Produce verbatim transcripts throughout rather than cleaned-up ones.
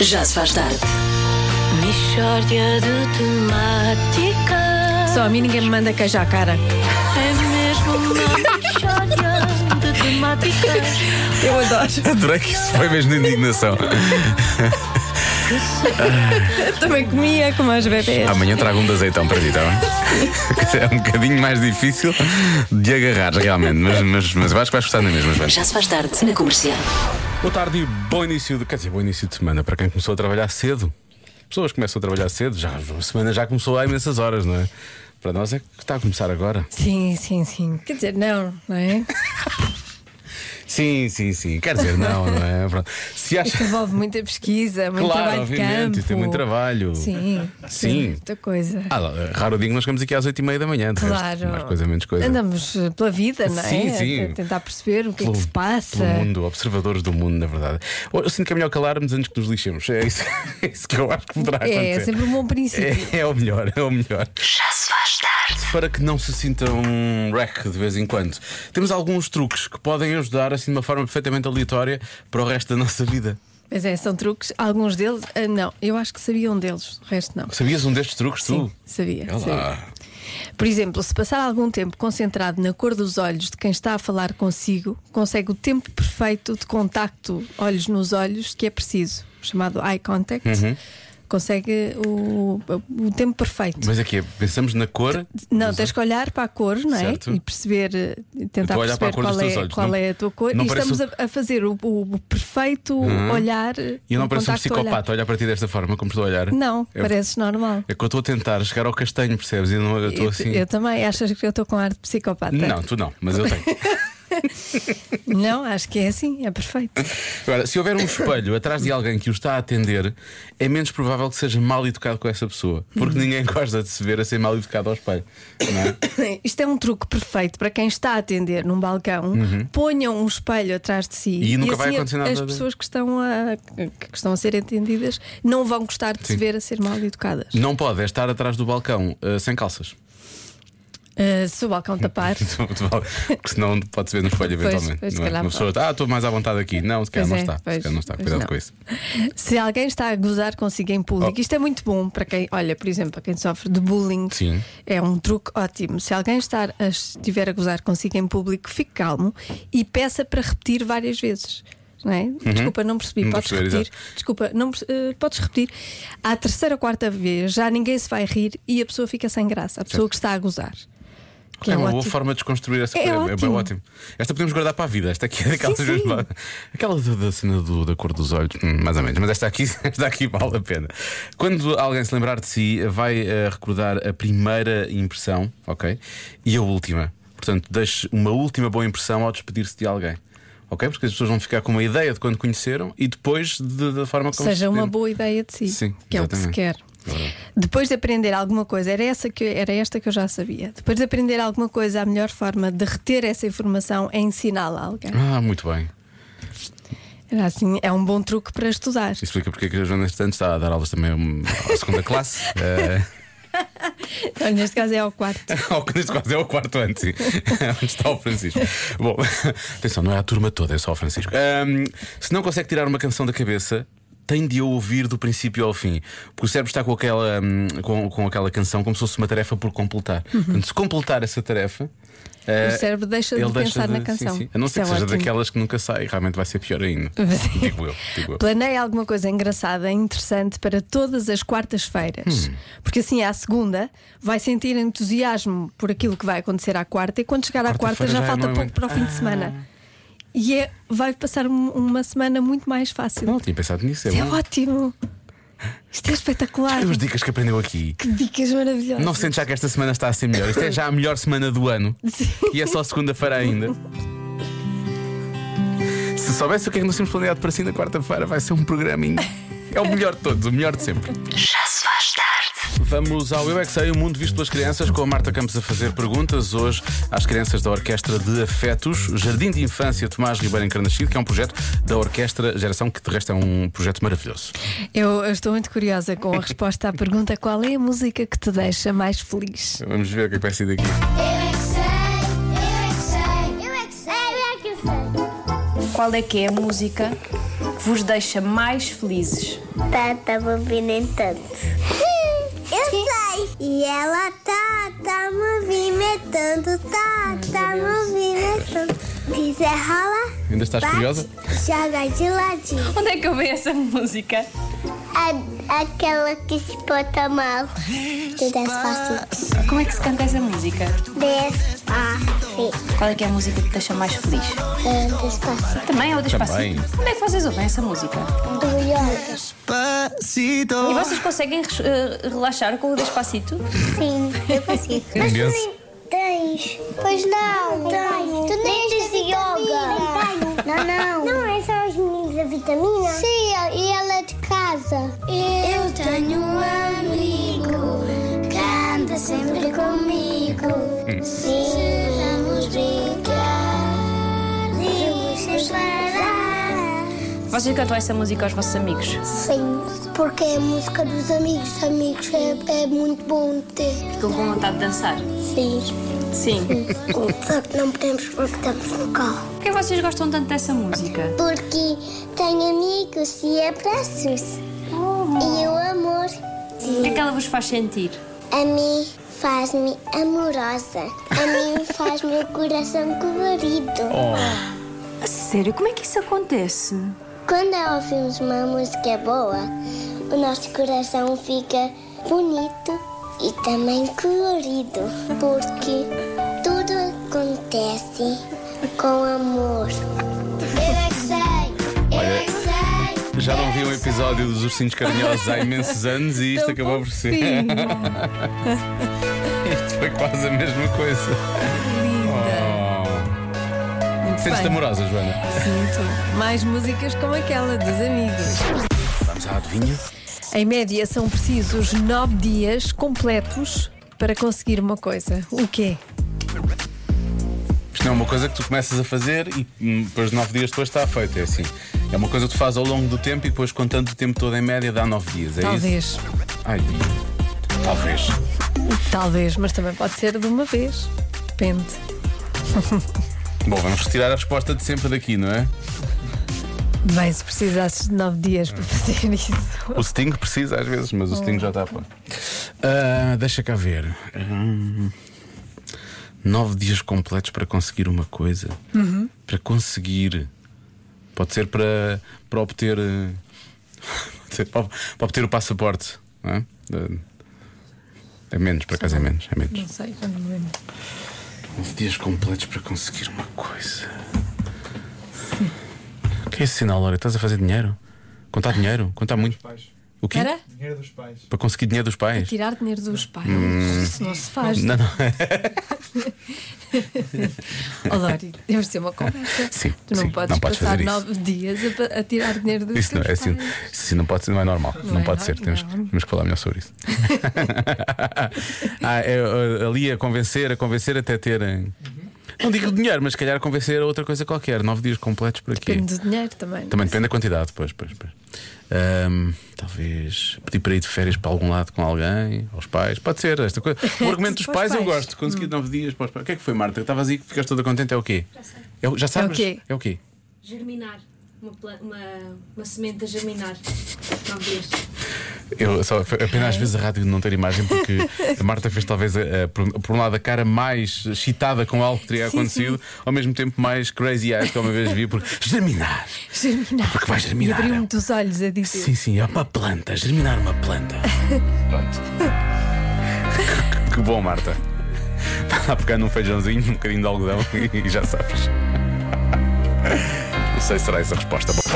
Já se faz tarde. Mixórdia de temáticas. Só a mim ninguém me manda queijo à cara. É mesmo uma mixórdia de temáticas. Eu adoro. Adorei que isso foi mesmo de indignação. Também comia como as bebês. Amanhã trago um de azeitão para ti, tá bem? É um bocadinho mais difícil de agarrar realmente, mas, mas, mas eu acho que vais gostar na mesma, Joana. Já se faz tarde na Comercial. Boa tarde e bom início de, quer dizer, bom início de semana para quem começou a trabalhar cedo. Pessoas começam a trabalhar cedo, já, a semana já começou há imensas horas, não é? Para nós é que está a começar agora. Sim, sim, sim. Quer dizer, não, não é? Sim, sim, sim. Quer dizer, não, não é? Pronto. Se acha... Isto envolve muita pesquisa, muito Claro, trabalho obviamente, de campo. isto tem muito trabalho. Sim, Sim. muita coisa. Ah, raro dia que nós chegamos aqui às oito e meia da manhã. De Claro. resto, mais coisa, menos coisa. Andamos eh, pela vida, não é? Sim, sim. A tentar perceber o que Pelo- é que se passa. Pelo mundo, observadores do mundo, na verdade. Eu sinto que é melhor calarmos antes que nos lixemos. É isso, é isso que eu acho que poderá acontecer. É, é sempre um bom princípio. É, é o melhor, é o melhor. Já se faz tarde. Para que não se sinta um wreck de vez em quando, temos alguns truques que podem ajudar assim de uma forma perfeitamente aleatória para o resto da nossa vida. Pois é, são truques. Alguns deles, ah, não, eu acho que sabia um deles, o resto não. Sabias um destes truques, Sim, tu? sabia, É lá. sabia. Por exemplo, se passar algum tempo concentrado na cor dos olhos de quem está a falar consigo, consegue o tempo perfeito de contacto olhos nos olhos que é preciso, chamado eye contact. Uhum. Consegue o, o tempo perfeito. Mas aqui é, pensamos na cor. Não, dos- tens que olhar para a cor, não é? Certo. E perceber, eh, tentar Estou a olhar para perceber a cor qual, dos teus é, olhos, qual não- é a tua cor. não E parece estamos a, a fazer o, o- o perfeito olhar. E eu não um pareço um contacto olhar. psicopata, olhar para ti desta forma, como estou a olhar. Não, é, pareces normal. É que eu estou a tentar chegar ao castanho, percebes? E não, eu estou Eu, assim. eu também, achas que eu estou com ar de psicopata? Não, tu não, mas eu tenho. Não, acho que é assim, é perfeito. Agora, se houver um espelho atrás de alguém que o está a atender, é menos provável que seja mal educado com essa pessoa. Porque Uhum. ninguém gosta de se ver a ser mal educado ao espelho, não é? Isto é um truque perfeito para quem está a atender num balcão. Ponham um espelho atrás de si Uhum. E nunca vai assim acontecer a- nada as de- pessoas que estão a, que estão a ser atendidas não vão gostar de se Sim. ver a ser mal educadas. Não pode é estar atrás do balcão uh, sem calças. Uh, se o balcão tapar. Porque senão pode-se ver no espelho Pois, eventualmente. pois, se não é? calhar Uma pessoa, ah, estou mais à vontade aqui. Não, se calhar Pois não é, está. pois, se calhar não está. pois Cuidado não. com isso. Se alguém está a gozar consigo em público, Oh. isto é muito bom para quem, olha, por exemplo, para quem sofre de bullying. Sim. É um truque ótimo. Se alguém estar a, estiver a gozar consigo em público, fique calmo e peça para repetir várias vezes. Não é? Desculpa, não percebi. Não Podes perceber, repetir. Desculpa, não, perce- eh, podes repetir. À terceira ou quarta vez já ninguém se vai rir e a pessoa fica sem graça. A pessoa que está a gozar. Que É é uma boa ótimo. forma de desconstruir essa É coisa. É, ótimo. é ótimo. Esta podemos guardar para a vida. Esta aqui é daquelas Sim, sim. mesmo- aquela da, da cena do- da cor dos olhos, hum, mais ou menos. Mas esta aqui, esta aqui vale a pena. Quando alguém se lembrar de si, vai eh, recordar a primeira impressão, ok? E a última. Portanto, deixe uma última boa impressão ao despedir-se de alguém. Ok? Porque as pessoas vão ficar com uma ideia de quando conheceram e depois de- da forma como Seja se uma despediram. boa ideia de si. Sim, que é o que se exatamente. quer. Verdade. Depois de aprender alguma coisa, era, essa que, era esta que eu já sabia. Depois de aprender alguma coisa, a melhor forma de reter essa informação é ensiná-la a alguém. Ah, muito bem. Era assim, é um bom truque para estudar. Isso explica porque é que a Joana Estante está a dar aulas também hum, à segunda classe. Eh, Olha, neste caso é ao quarto. Ao que neste caso é o quarto ano, sim. Onde está o Francisco. Bom, atenção, não é a turma toda, é só o Francisco. Ahm, se não consegue tirar uma canção da cabeça, tem de a ouvir do princípio ao fim. Porque o cérebro está com aquela, hum, com, com aquela canção como se fosse uma tarefa por completar. Portanto, se completar essa tarefa. O cérebro deixa de ele pensar de- na canção. Sim, sim. A não ser Isso que é seja ótimo. daquelas que nunca sai, realmente vai ser pior ainda. Digo eu, digo eu. Planeie alguma coisa engraçada e interessante para todas as quartas-feiras. Hum. Porque assim, à segunda, vai sentir entusiasmo por aquilo que vai acontecer à quarta, e quando chegar à quarta Quarta-feira já já é falta uma- pouco para o fim de semana. E é, vai passar um- uma semana muito mais fácil. Não tinha pensado nisso. É Isso é bom. ótimo. Isto é espetacular. As dicas que aprendeu aqui. Que dicas maravilhosas. Não sente já que esta semana está a ser melhor. Isto é já a melhor semana do ano. Sim. E é só segunda-feira ainda. Se soubesse o que é que nós temos planeado para si na quarta-feira, vai ser um programinho. É o melhor de todos, o melhor de sempre. Já se faz tarde. Vamos ao Eu é que Sei, o mundo visto pelas crianças, com a Marta Campos a fazer perguntas hoje às crianças da Orquestra de Afetos, Jardim de Infância Tomás Ribeiro Encarnascido, que é um projeto da Orquestra Geração, que de resto é um projeto maravilhoso. Eu, eu estou muito curiosa com a resposta à pergunta: qual é a música que te deixa mais feliz? Vamos ver o que é que vai ser daqui. Eu é que sei, eu é que sei, eu é que sei, eu é que sei. Qual é que é a música que vos deixa mais felizes? Tá, tá movimentando. Eu sei. E ela tá, tá movimentando, tá, tá movimentando. Quiser rola, Ainda estás bate, curiosa? joga de ladinho. Onde é que eu vi essa música? A, aquela que se bota mal. Do Despacito. Como é que se canta essa música? Despacito. Qual é que é a música que te deixa mais feliz? Ah, Despacito. Também é o Despacito? Também. Onde é que vocês ouvem essa música? Do Yoga. E vocês conseguem eh, relaxar com o Despacito? Sim, eu consigo. Mas tu Imenso. nem tens. Pois não, tenho. Tu nem tens yoga. Não, não. Não, é só os meninos da vitamina. Sim, e ela é de casa. Eu tenho um amigo que anda sempre comigo. Sim, vamos brincar. Vamos separar. Vocês cantam essa música aos vossos amigos? Sim, porque é a música dos amigos. Amigos é, é muito bom ter. Ficam com vontade de dançar? Sim. Sim. Só que não podemos porque estamos no carro. Por que vocês gostam tanto dessa música? Porque tenho amigos e abraços. E o amor. O que é que ela vos faz sentir? A mim faz-me amorosa. A mim faz meu coração colorido. A sério, como é que isso acontece? Quando ouvimos uma música boa, o nosso coração fica bonito e também colorido. Porque tudo acontece com amor. Eu é que sei, eu é que sei. Já não vi um episódio dos Ursinhos Carinhosos há imensos anos e isto Tão acabou por ser. fofinho. Isto foi quase a mesma coisa. Muito Sentes-te bem. amorosa, Joana? Sinto. Mais músicas como aquela dos amigos. Vamos à adivinha? Em média são precisos nove dias completos para conseguir uma coisa. O quê? Isto não é uma coisa que tu começas a fazer e hum, depois de nove dias depois está feito. É assim. É uma coisa que tu fazes ao longo do tempo e depois, contando o tempo todo em média, dá nove dias. É Talvez. isso? Ai, talvez. Talvez, mas também pode ser de uma vez. Depende. Bom, vamos retirar a resposta de sempre daqui, não é? Bem, se precisasses de nove dias para fazer isso. O Sting precisa às vezes, mas o Sting já está pronto. Ah, deixa cá ver. Hum, nove dias completos para conseguir uma coisa. Para conseguir. Pode ser para, para obter. eh, pode ser para, para obter o passaporte. Não é? Eh, É menos, por acaso é menos. É menos. Não sei, eu não me lembro. nove dias completos para conseguir uma coisa. O que é esse sinal, Laura? Estás a fazer dinheiro? Contar dinheiro? Contar muito. O quê? Era? Dinheiro dos pais. Para conseguir dinheiro dos pais? Tirar dinheiro dos pais. Isso não se faz. Hum. Não, não. Oh, Dori, temos de ter uma conversa. Sim, Tu não sim, podes não podes passar fazer isso. nove dias a, a tirar dinheiro dos Isso não, teus é assim, pais. isso assim não pode ser, não é normal. Não, é pode ser. Temos, normal. temos que falar melhor sobre isso. ah, é, é, ali a convencer, a convencer até terem. Não digo dinheiro, mas se calhar a convencer a outra coisa qualquer. Nove dias completos para quê? Depende do dinheiro também. Também depende da quantidade, depois. Pois, pois. Ahm, talvez pedir para ir de férias para algum lado com alguém, aos pais. Pode ser esta coisa. O argumento dos Para os pais, eu pais. gosto. Conseguir nove dias para os pais. O que é que foi, Marta? Estavas aí que ficaste toda contente? É o quê? É o- já sabes? quê? É o quê? Germinar. Uma, pla- uma, uma semente a germinar. Nove dias. Eu só, foi apenas às vezes a rádio não ter imagem, porque a Marta fez talvez a, a, por, por um lado a cara mais excitada com algo que teria Sim, acontecido, ao mesmo tempo mais crazy eyes que eu uma vez vi, porque germinar. Germinar. Porque vai germinar. E abriu muitos olhos a dizer. Sim, sim, é uma planta, germinar uma planta. Pronto. que, que bom, Marta. Vai lá pegar num feijãozinho, um bocadinho de algodão e, e já sabes. Não sei se será essa a resposta. Bom.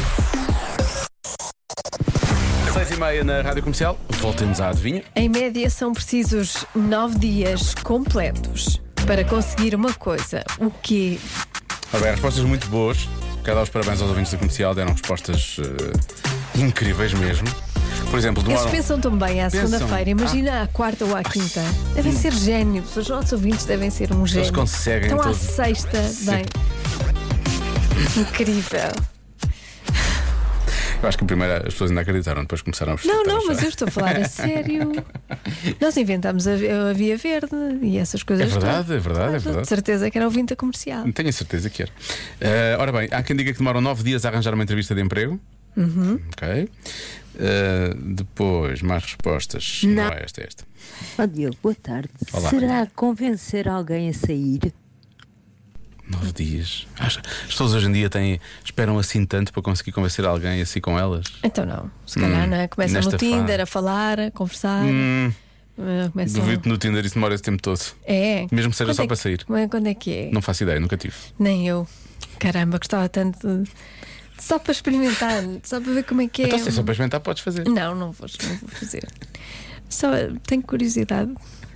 Seis e meia na Rádio Comercial. Voltemos à adivinha. Em média são precisos nove dias completos para conseguir uma coisa. O quê? Ora bem, respostas muito boas. Quero dar os parabéns aos ouvintes da Comercial. Deram respostas eh, incríveis mesmo. Por exemplo, Eles demoram... pensam também à Pensam. segunda-feira. Imagina à quarta ou à quinta. Devem ser génios. Os nossos ouvintes devem ser um gênio. conseguem Estão à todos. sexta. Sim. Bem. Incrível. Eu Eu acho que primeiro as pessoas ainda acreditaram, depois começaram a Não, não, mas eu estou a falar a sério. Nós inventámos a, a Via Verde e essas coisas. É verdade, todas. é verdade, é verdade. De certeza que era ouvinte comercial. Tenho a certeza que era. Uh, ora bem, há quem diga que demoram nove dias a arranjar uma entrevista de emprego. Uhum. Ok. Uh, depois, mais respostas. Não, não é esta, é esta. Oh, Diogo, boa tarde. Olá. Será convencer alguém a sair? Nove dias. Acho, as pessoas hoje em dia têm, esperam assim tanto para conseguir convencer alguém assim com elas. Então não, se calhar Hum, não é? Começam no nesta Tinder fase. a falar, a conversar. Hum, uh, começam... duvido que no Tinder isso demora esse tempo todo. É. Mesmo que seja Quando só é para que- sair. Quando é- Quando é que é? Não faço ideia, nunca tive. Nem eu. Caramba, gostava tanto de... Só para experimentar, só para ver como é que é. Então, se é só para experimentar, podes fazer. Não, não vou, não vou fazer. Só tenho curiosidade.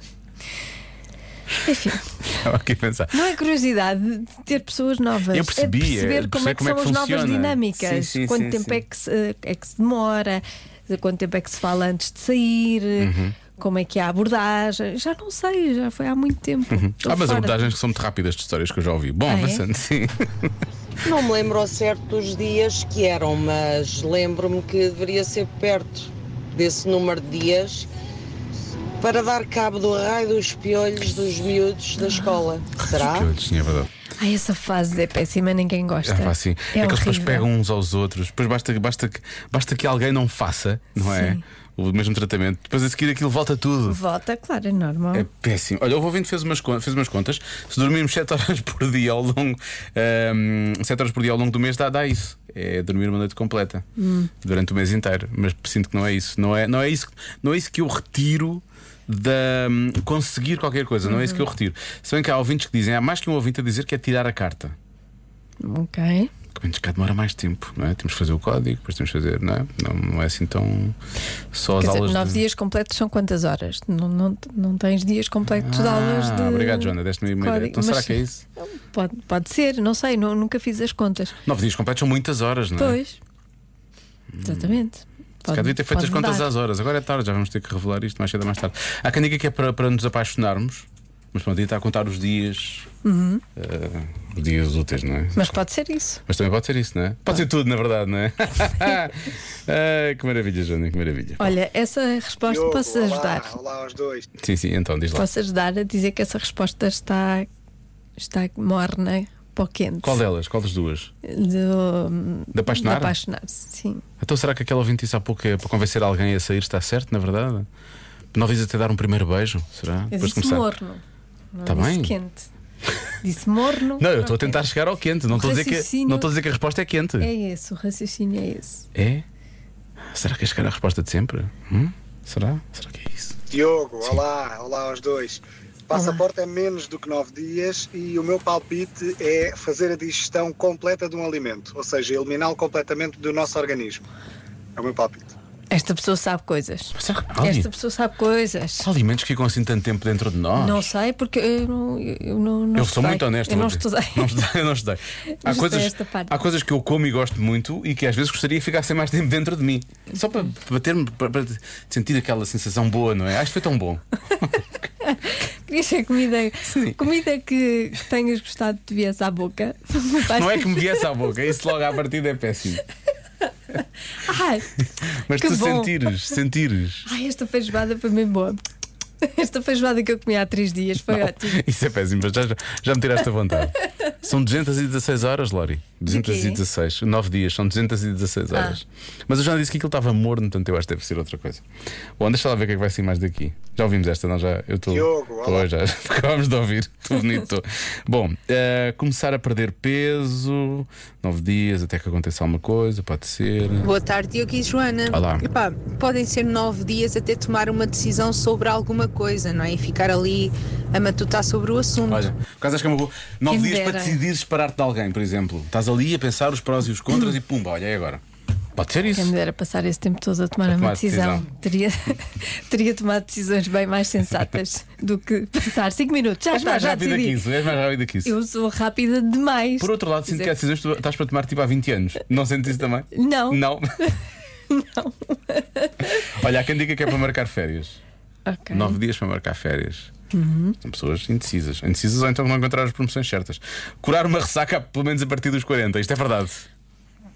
Enfim, Estava aqui a pensar. não é curiosidade de ter pessoas novas. Eu percebi, é de perceber é como é que perceber são como é as que novas funciona. dinâmicas. Sim, sim, quanto sim, tempo sim. É, que se, é que se demora, quanto tempo é que se fala antes de sair, Uhum. como é que é a abordagem. Já não sei, já foi há muito tempo. Estou Ah, mas fora. abordagens que são muito rápidas de histórias que eu já ouvi. Bom, Ah, é? avançando, sim. Não me lembro ao certo dos dias que eram, mas lembro-me que deveria ser perto desse número de dias para dar cabo do raio dos piolhos dos miúdos da escola. Será? Que olhos, sim, é verdade. Ai, essa fase é péssima, ninguém gosta. É, assim. É é que eles depois horrível. pegam uns aos outros. Depois basta, basta, que, basta que alguém não faça, não é? Sim. O mesmo tratamento. Depois a seguir aquilo volta tudo. Volta, claro, é normal. É péssimo. Olha, o ouvinte fez umas, con- fez umas contas. Se dormirmos sete horas por dia ao longo um, sete horas por dia ao longo do mês, dá, dá isso. É dormir uma noite completa durante o mês inteiro. Mas sinto que não é isso. Não é, não é, isso, não é isso que eu retiro da hum, conseguir qualquer coisa. Não é isso que eu retiro. Se bem que há ouvintes que dizem, há mais que um ouvinte a dizer que é tirar a carta. Ok. Que menos cá demora mais tempo, não é? Temos que fazer o código, depois temos que fazer, não é? Não, não é assim tão. Só as Quer dizer, aulas. nove de... dias completos são quantas horas? Não, não, não tens dias completos de Ah, aulas de. obrigado, Joana, deste-me uma ideia. código. Então será Mas que é isso? Pode, pode ser, não sei, nu- nunca fiz as contas. Nove dias completos são muitas horas, não é? Pois. Exatamente. Se calhar devia ter feito as pode contas mudar. às horas. Agora é tarde, já vamos ter que revelar isto mais cedo ou mais tarde. Há quem diga que é para, para nos apaixonarmos, mas pronto, aí está a contar os dias. Uhum. eh, os dias úteis, não é? Mas pode ser isso. Mas também pode ser isso, não é? Pode ser tudo, na verdade, não é? Ai, que maravilha, Joana, que maravilha. Olha, essa resposta Diogo, posso olá, ajudar. Olá aos dois. Sim, sim, então diz lá. Posso ajudar a dizer que essa resposta está, está morna para o quente. Qual delas? Qual das duas? Do, De apaixonar? de apaixonar-se, sim. Então será que aquela ouvinte disse há pouco que é para convencer alguém a sair está certo, na verdade? Não diz até dar um primeiro beijo, será? Eu disse morno. Não Tá disse bem. quente. Disse morno. Não, eu estou a Ok. tentar chegar ao quente. Não O estou a dizer que raciocínio- não estou a dizer que a resposta é quente. É esse, o raciocínio é esse. É? Será que é chegar à resposta de sempre? Hum? Será? Será que é isso? Diogo, olá, olá aos dois. Passaporte é menos do que nove dias e o meu palpite é fazer a digestão completa de um alimento, ou seja, eliminá-lo completamente do nosso organismo. É o meu palpite. Esta pessoa sabe coisas. Mas será que há ali- Esta pessoa sabe coisas. há alimentos que ficam assim tanto tempo dentro de nós? Não sei, porque eu não. Eu, não, não Eu sou estudei. muito honesto. Eu não vou dizer. estudei. Não estudei, eu não estudei. Há estudei coisas, esta parte. há coisas que eu como e gosto muito e que às vezes gostaria que ficassem mais tempo dentro de mim. Só para, para, ter, para, para sentir aquela sensação boa, não é? Acho que foi tão bom. Queria ser comida, Sim. comida que, que tenhas gostado de te viesse à boca. Não é que me viesse à boca, isso logo à partida é péssimo. Ai, Mas que tu bom. sentires, sentires. ai, esta feijoada foi bem boa. Esta feijoada que eu comi há três dias foi ótima. Isso é péssimo, mas já, já me tiraste a vontade. São duzentas e dezasseis horas, Lori. duzentas e dezasseis. nove dias, são duzentas e dezasseis horas. Mas eu já disse que aquilo estava morno, portanto eu acho que deve ser outra coisa. Bom, deixa lá ver o que é que vai ser mais daqui. Já ouvimos esta, não? Já, eu estou. Diogo, olá. Pois, já acabámos de ouvir. Estou bonito. Tô. Bom, eh, começar a perder peso. Nove dias até que aconteça alguma coisa, pode ser. Boa tarde, Diogo e Joana. Olá. Epá, podem ser nove dias até tomar uma decisão sobre alguma coisa, não é? E ficar ali a matutar sobre o assunto. Olha, por causa acho que é uma boa. Nove Quem dias dera. para decidir separar-te de alguém, por exemplo. Estás ali a pensar os prós e os contras e pumba, olha, é agora. Pode ser isso. Quem me dera passar esse tempo todo a tomar A uma tomar decisão. decisão. Teria, teria tomado decisões bem mais sensatas do que passar cinco minutos. Já És está, mais já rápida que decidi. isso, és mais rápida que isso. Eu sou rápida demais. Por outro lado, sinto Quer que há dizer, decisões que tu estás para tomar tipo há vinte anos. Não sentes isso também? Não. Não. Não. Olha, há quem diga que é para marcar férias. Ok. Nove dias para marcar férias. São pessoas indecisas. Indecisas ou então não encontrar as promoções certas. Curar uma ressaca, pelo menos a partir dos quarenta. Isto é verdade.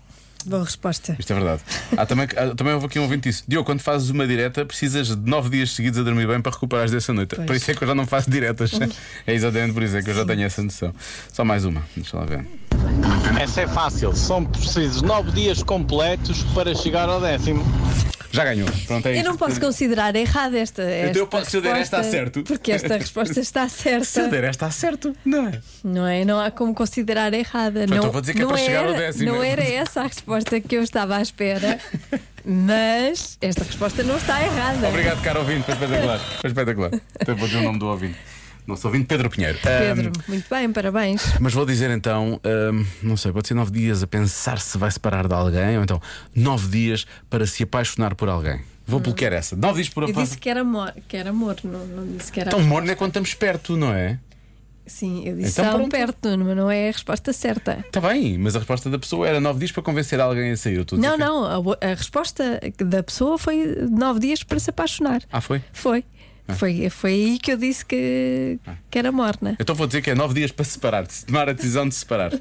Boa resposta. Isto é verdade. Há também, há, também houve aqui um ouvinte disso. Diogo, quando fazes uma direta, precisas de nove dias seguidos a dormir bem para recuperares dessa noite. Pois. Por isso é que eu já não faço diretas. É exatamente por isso é que eu já tenho essa noção. Só mais uma, deixa lá ver. Essa é fácil, são precisos nove dias completos para chegar ao décimo. Já ganhou. Pronto, é Eu isto. não posso considerar errada esta, esta Então eu posso, se eu der esta, resposta, acerto. porque esta resposta está certa. Se eu der esta, acerto. Não é? Não é? Não há como considerar errada. Pronto, não, eu vou dizer que é não para chegar era, ao décimo. Não era essa a resposta que eu estava à espera, mas esta resposta não está errada. Obrigado, caro ouvinte, foi espetacular. Foi espetacular. Então vou dizer o nome do ouvinte. Nosso ouvinte, Pedro Pinheiro. Pedro, Um, muito bem, parabéns. mas vou dizer então, um, não sei, pode ser nove dias a pensar se vai separar de alguém, ou então nove dias para se apaixonar por alguém. Vou Hum. bloquear essa. Nove dias por Eu apaixonar. disse que era amor, que era amor não, não disse que era. Então, amor não é quando estamos perto, não é? Sim, eu disse Então, tão pronto. perto, mas não é a resposta certa. Está bem, mas a resposta da pessoa era nove dias para convencer alguém a sair. Eu estou a dizer Não, que- não, a, bo- a resposta da pessoa foi nove dias para se apaixonar. Ah, foi? Foi. Foi, foi aí que eu disse que, que era morna. Então vou dizer que é nove dias para separar, de tomar a decisão de separar.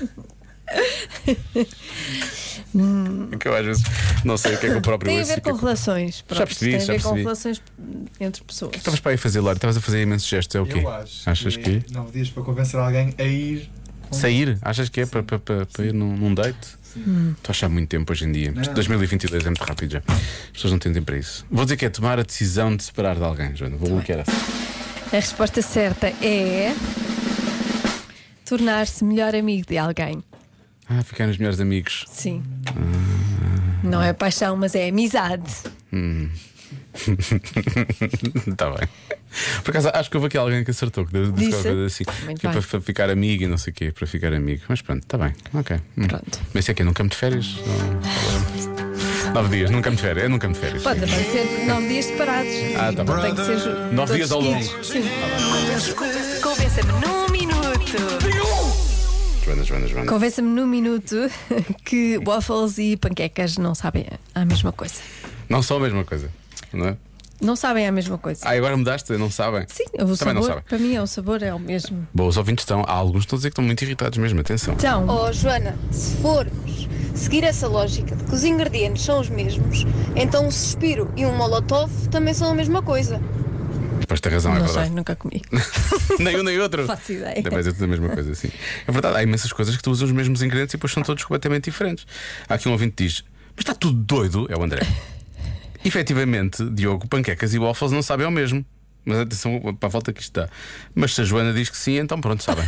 É que eu às vezes não sei o que é que o próprio Tem a ouço ver e o que é com que- relações. Pronto, percebi, tem a já ver com percebi. relações entre pessoas. Estavas para aí a fazer, Laura, estavas a fazer imensos gestos, é o quê? Eu acho Achas que? nove dias para convencer alguém a ir. Sair? Achas que é para, para, para, para ir num, num date? Hum. Estou a achar muito tempo hoje em dia. Não. dois mil e vinte e dois é muito rápido já. As pessoas não têm tempo para isso. Vou dizer que é tomar a decisão de separar de alguém, Joana. Vou bloquear essa. A resposta certa é tornar-se melhor amigo de alguém. Ah, ficar nos melhores amigos. Sim. Não é paixão, mas é amizade. Hum. Está bem. Por acaso acho que houve aqui alguém que acertou que disse Disse? qualquer coisa assim. Muito Que é bem. para ficar amigo e não sei o quê, para ficar amigo. Mas pronto, está bem. Ok. Hum. Pronto. Mas isso é que é num campo de férias? Não. Nove dias, num campo de férias. É num campo de férias. Pode também ser nove dias separados. Ah, tá Não bem. tem que ser ju- Nove todos dias ao longo. seguidos. Sim. Convença-me num minuto. Joana, Joana, Joana. Convença-me num minuto que waffles e panquecas não sabem a mesma coisa. Não são a mesma coisa, não é? Não sabem a mesma coisa. Ah, agora mudaste? Não sabem? Sim, o Também sabor, não sabem. para mim, é o sabor é o mesmo. Bom, os ouvintes estão. Há alguns que estão a dizer que estão muito irritados mesmo. Atenção. Então, Oh Joana, se formos seguir essa lógica de que os ingredientes são os mesmos, então um suspiro e um molotov também são a mesma coisa. Depois tem razão, é não verdade. sei, nunca comi. Nem um nem outro. Faço ideia. Também é tudo a mesma coisa, sim. É verdade, há imensas coisas que tu usas os mesmos ingredientes e depois são todos completamente diferentes. Há aqui um ouvinte que diz: mas está tudo doido? É o André. Efetivamente, Diogo, panquecas e waffles não sabem ao mesmo. Mas atenção para a volta que isto está. Mas se a Joana diz que sim, então pronto, sabem.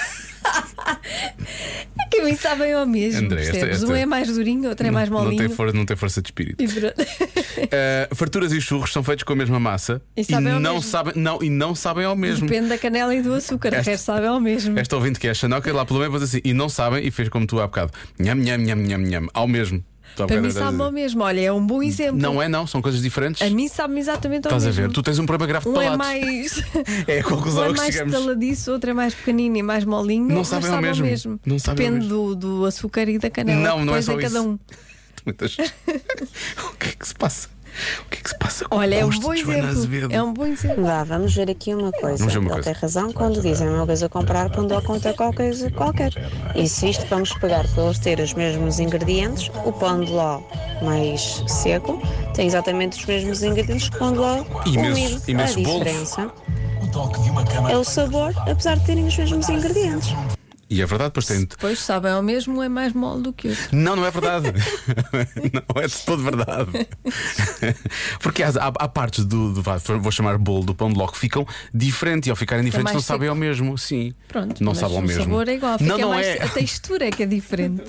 É que a mim sabem ao mesmo. André, esta- percebes? esta- Um é mais durinho, outro é mais Não molinho. tem, for, não tem força de espírito. E pronto. Uh, farturas e churros são feitos com a mesma massa E sabem ao não mesmo. sabem, não, e não sabem ao mesmo. Depende da canela e do açúcar. Esta- O resto sabem ao mesmo. Esta ouvinte que é a Xanoca lá pelo meio pôs assim, e não sabem, e fez como tu há bocado: nham, nham, nham, nham, nham, ao mesmo. Tu há Para bocado mim estavas a sabe ao dizer. mesmo. Olha, é um bom exemplo. Não é, não, são coisas diferentes. A mim sabe-me exatamente ao Estás a mesmo. ver? Tu tens um problema grave de Um é palatos. mais. É a conclusão um a é que mais chegamos. taladiço, outro é mais pequenino e mais molinho. Não mas sabem ao sabe mesmo. Não sabem ao Depende do, do açúcar e da canela. Não, não é Depois só em cada isso. um. Muitas- O que é que se passa? O que é que se passa com Olha, o é um gosto bom de Joana exemplo. Azevedo? É um bom exemplo. Vá, vamos ver aqui uma coisa. Vamos ver uma Ele coisa. tem razão quando dizem uma coisa comprar pão de conta qualquer coisa qualquer. E se isto vamos pegar para eles terem os mesmos ingredientes, o pão de ló mais seco tem exatamente os mesmos ingredientes que o pão de ló Imensos- úmido. imensos A bolos. diferença é o sabor, apesar de terem os mesmos ingredientes. E é verdade, depois tem. Depois sabem ao mesmo, um é mais mole do que o outro. Não, não é verdade. Não é de todo verdade. Porque há, há, há partes do, do vá, vou chamar bolo do pão de ló que ficam diferentes e ao ficarem diferentes mais não sabem seco. ao mesmo. Sim. Pronto, Não mas sabem ao o mesmo. sabor é igual. Fica Não, não mais, é. A textura é que é diferente.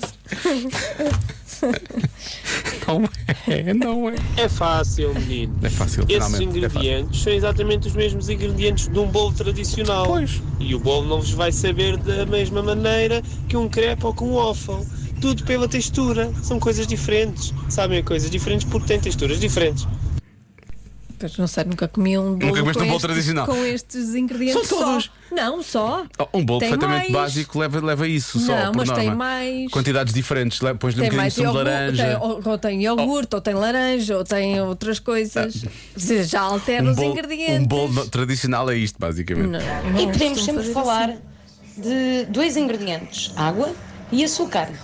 Não é, não é. É fácil, menino. É fácil, Esses finalmente. É fácil. ingredientes são exatamente os mesmos ingredientes de um bolo tradicional. Pois. E o bolo não vos vai saber da mesma maneira que um crepe ou que um waffle. Tudo pela textura. São coisas diferentes. Sabem coisas diferentes porque têm texturas diferentes. Pois não sei, nunca comi um bolo, Nunca comeste com, um bolo estes, tradicional? com estes ingredientes. São todos. Só. Não, só. Oh, Um bolo Tem perfeitamente mais. básico leva, leva isso só. Não, por mas norma. tem mais. Quantidades diferentes. Le- Pões-lhe um Tem bocadinho de mais sumo de iogurte, laranja. tem, ou, ou tem iogurte, ou tem laranja, ou tem outras coisas. Ou seja, já altera os bolo, ingredientes. um bolo tradicional é isto, basicamente. Não, E não podemos costumo sempre fazer falar assim. de dois ingredientes, água e açúcar.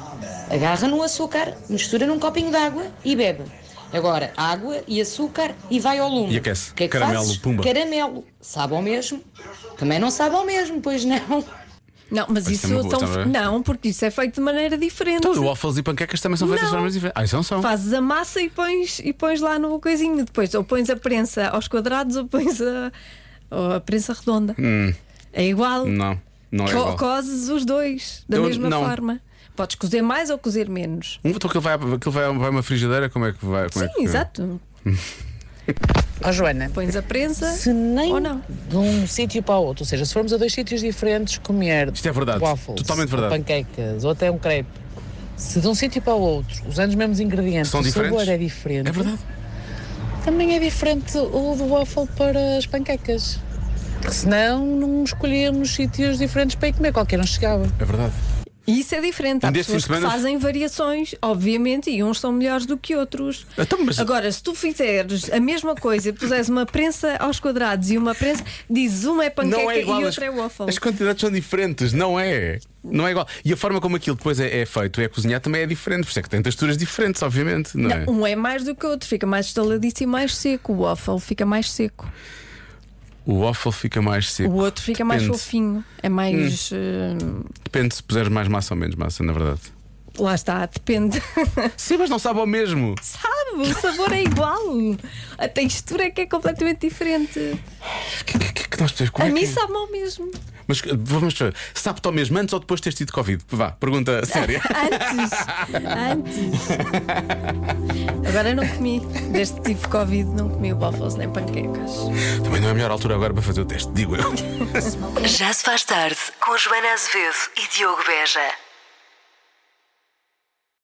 Agarra no açúcar, mistura num copinho de água e bebe. Agora, água e açúcar e vai ao lume. E aquece. O que é que Caramelo, fazes? pumba. Caramelo. Sabe ao mesmo? Também não sabe ao mesmo, pois não. Não, mas Pois isso tem uma boa, tão- está bem. não, porque isso é feito de maneira diferente. Então, waffles e panquecas também são feitas de Não. formas diferentes. Ah, isso não são. Fazes a massa e pões, e pões lá no coisinho. Depois, ou pões a prensa aos quadrados ou pões a, ou a prensa redonda. Hum, É igual. não, não é Co- igual. Cozes os dois da Eu- mesma não. forma. Podes cozer mais ou cozer menos. Um, então aquilo vai, aquilo vai, vai uma frigideira, como é que vai? Como é Sim, que... exato. Ó Joana, pões a prensa se nem ou não. de um sítio para o outro, ou seja, se formos a dois sítios diferentes comer Isto é verdade, waffles, totalmente ou verdade. panquecas ou até um crepe, se de um sítio para o outro, usando os mesmos ingredientes, São o sabor diferentes? é diferente. É verdade. Também é diferente o do waffle para as panquecas. Porque senão não escolhíamos sítios diferentes para ir comer, qualquer um chegava. É verdade. E isso é diferente. Há Um dia pessoas de fim de que semana- fazem variações, obviamente, e uns são melhores do que outros. Então, mas- Agora, se tu fizeres a mesma coisa e puseres uma prensa aos quadrados e uma prensa, dizes uma é panqueca Não é igual. e As, outra é waffle. as quantidades são diferentes, não é? Não é igual. E a forma como aquilo depois é, é feito, é cozinhado, também é diferente. Por isso é que tem texturas diferentes, obviamente. Não, é? Não, um é mais do que o outro, fica mais estaladiço e mais seco. O waffle fica mais seco. O waffle fica mais seco. O outro fica mais Depende. fofinho. É mais. hum, Depende se puseres mais massa ou menos massa, na verdade. Lá está, depende. Sim, mas não sabe ao mesmo. Sabe, o sabor é igual. A textura é que é completamente diferente. Que nós temos, como A é mim que... sabe ao mesmo. Mas vamos ver, sabe-te ao mesmo antes ou depois de teres tido Covid? Vá, pergunta séria. Antes. Antes. Agora não comi. Desde que tive Covid, não comi waffles nem panquecas. Também não é a melhor altura agora para fazer o teste, digo eu. Já se faz tarde com Joana Azevedo e Diogo Beja.